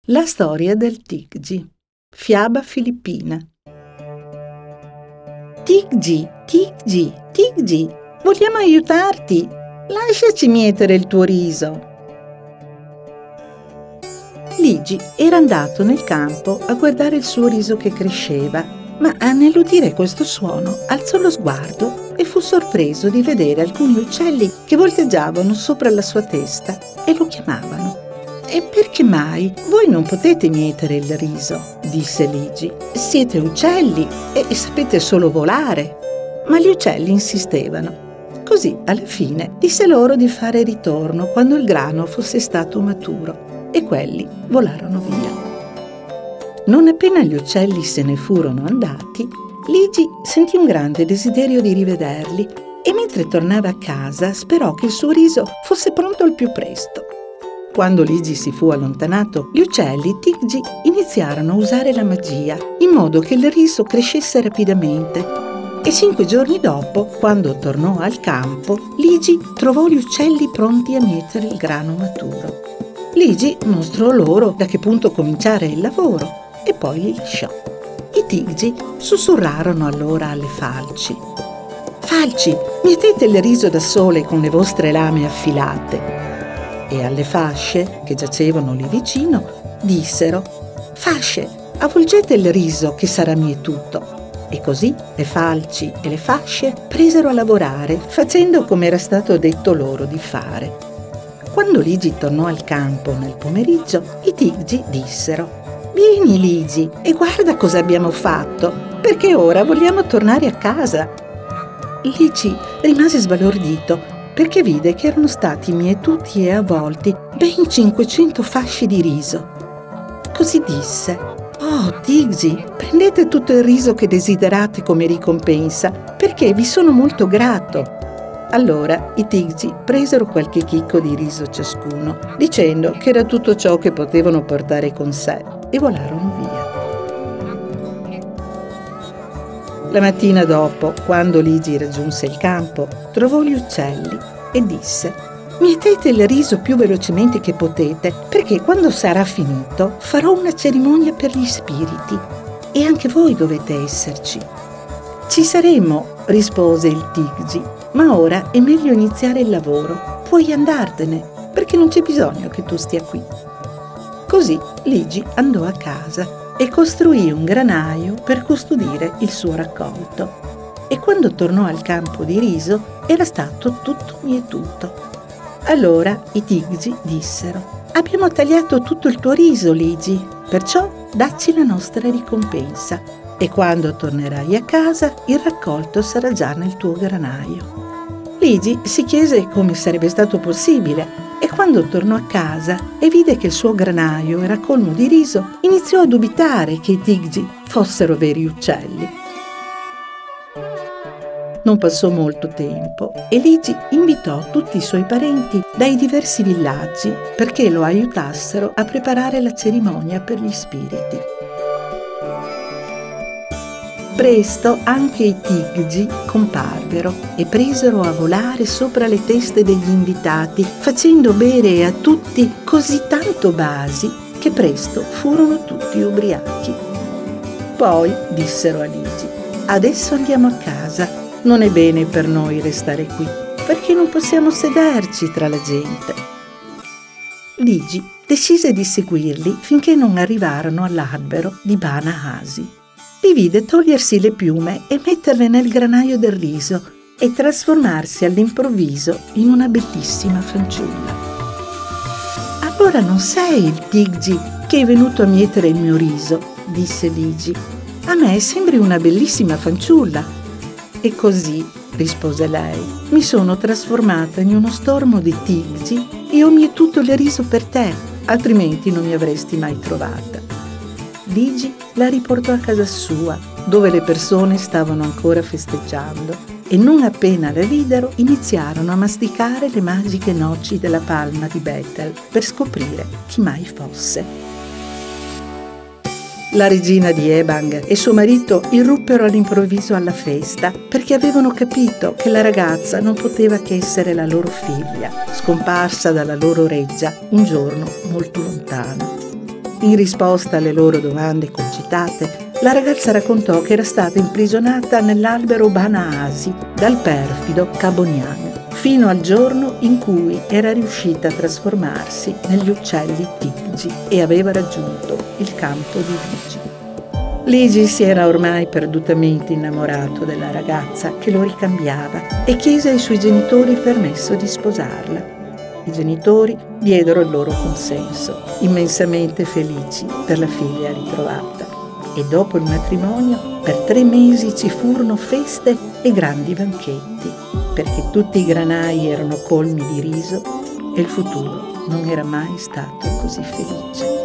La storia del Tiggi, fiaba filippina. Tiggi, Tiggi, Tiggi, vogliamo aiutarti. Lasciaci mietere il tuo riso. Ligi era andato nel campo a guardare il suo riso che cresceva, ma nell'udire questo suono alzò lo sguardo e fu sorpreso di vedere alcuni uccelli che volteggiavano sopra la sua testa e lo chiamavano. «E perché mai voi non potete mietere il riso?» disse Ligi. «Siete uccelli e sapete solo volare». Ma gli uccelli insistevano. Così, alla fine, disse loro di fare ritorno quando il grano fosse stato maturo, e quelli volarono via. Non appena gli uccelli se ne furono andati, Ligi sentì un grande desiderio di rivederli e mentre tornava a casa sperò che il suo riso fosse pronto al più presto. Quando Ligi si fu allontanato, gli uccelli Tiggi iniziarono a usare la magia in modo che il riso crescesse rapidamente. E 5 giorni dopo, quando tornò al campo, Ligi trovò gli uccelli pronti a mietere il grano maturo. Ligi mostrò loro da che punto cominciare il lavoro e poi li lasciò. I Tiggi sussurrarono allora alle falci. «Falci, mietete il riso da sole con le vostre lame affilate». E alle fasce, che giacevano lì vicino, dissero: «Fasce, avvolgete il riso che sarà mietuto». E così le falci e le fasce presero a lavorare, facendo come era stato detto loro di fare. Quando Ligi tornò al campo nel pomeriggio, i Tiggi dissero: «Vieni Ligi e guarda cosa abbiamo fatto, perché ora vogliamo tornare a casa». Ligi rimase sbalordito perché vide che erano stati mietuti e avvolti ben 500 fasci di riso. Così disse: «Oh, Tiggi, prendete tutto il riso che desiderate come ricompensa, perché vi sono molto grato». Allora i Tiggi presero qualche chicco di riso ciascuno, dicendo che era tutto ciò che potevano portare con sé, e volarono via. La mattina dopo, quando Ligi raggiunse il campo, trovò gli uccelli e disse: «Mietete il riso più velocemente che potete, perché quando sarà finito farò una cerimonia per gli spiriti e anche voi dovete esserci». «Ci saremo», rispose il Tiggi, «ma ora è meglio iniziare il lavoro. Puoi andartene, perché non c'è bisogno che tu stia qui». Così Ligi andò a casa e costruì un granaio per custodire il suo raccolto. E quando tornò al campo di riso era stato tutto mietuto. Allora i Tiggi dissero: «Abbiamo tagliato tutto il tuo riso, Ligi, perciò dacci la nostra ricompensa. E quando tornerai a casa il raccolto sarà già nel tuo granaio». Ligi si chiese come sarebbe stato possibile e quando tornò a casa e vide che il suo granaio era colmo di riso, iniziò a dubitare che i Tiggi fossero veri uccelli. Non passò molto tempo e Ligi invitò tutti i suoi parenti dai diversi villaggi perché lo aiutassero a preparare la cerimonia per gli spiriti. Presto anche i Tiggi comparvero e presero a volare sopra le teste degli invitati, facendo bere a tutti così tanto basi che presto furono tutti ubriachi. Poi dissero a Ligi: «Adesso andiamo a casa. Non è bene per noi restare qui, perché non possiamo sederci tra la gente». Ligi decise di seguirli finché non arrivarono all'albero di Bana Asi. Li vide togliersi le piume e metterle nel granaio del riso e trasformarsi all'improvviso in una bellissima fanciulla. «Allora non sei il Tiggi che è venuto a mietere il mio riso», disse Ligi. «A me sembri una bellissima fanciulla». «E così», rispose lei, «mi sono trasformata in uno stormo di Tiggi e ho mietuto il riso per te, altrimenti non mi avresti mai trovata». Ligi la riportò a casa sua, dove le persone stavano ancora festeggiando, e non appena la videro iniziarono a masticare le magiche noci della palma di Bethel per scoprire chi mai fosse. La regina di Ebang e suo marito irruppero all'improvviso alla festa perché avevano capito che la ragazza non poteva che essere la loro figlia, scomparsa dalla loro reggia un giorno molto lontano. In risposta alle loro domande concitate, la ragazza raccontò che era stata imprigionata nell'albero Banaasi dal perfido Caboniano, fino al giorno in cui era riuscita a trasformarsi negli uccelli tipici e aveva raggiunto il campo di Ligi. Ligi si era ormai perdutamente innamorato della ragazza che lo ricambiava e chiese ai suoi genitori il permesso di sposarla. I genitori diedero il loro consenso, immensamente felici per la figlia ritrovata. E dopo il matrimonio, per 3 mesi ci furono feste e grandi banchetti, perché tutti i granai erano colmi di riso e il futuro non era mai stato così felice.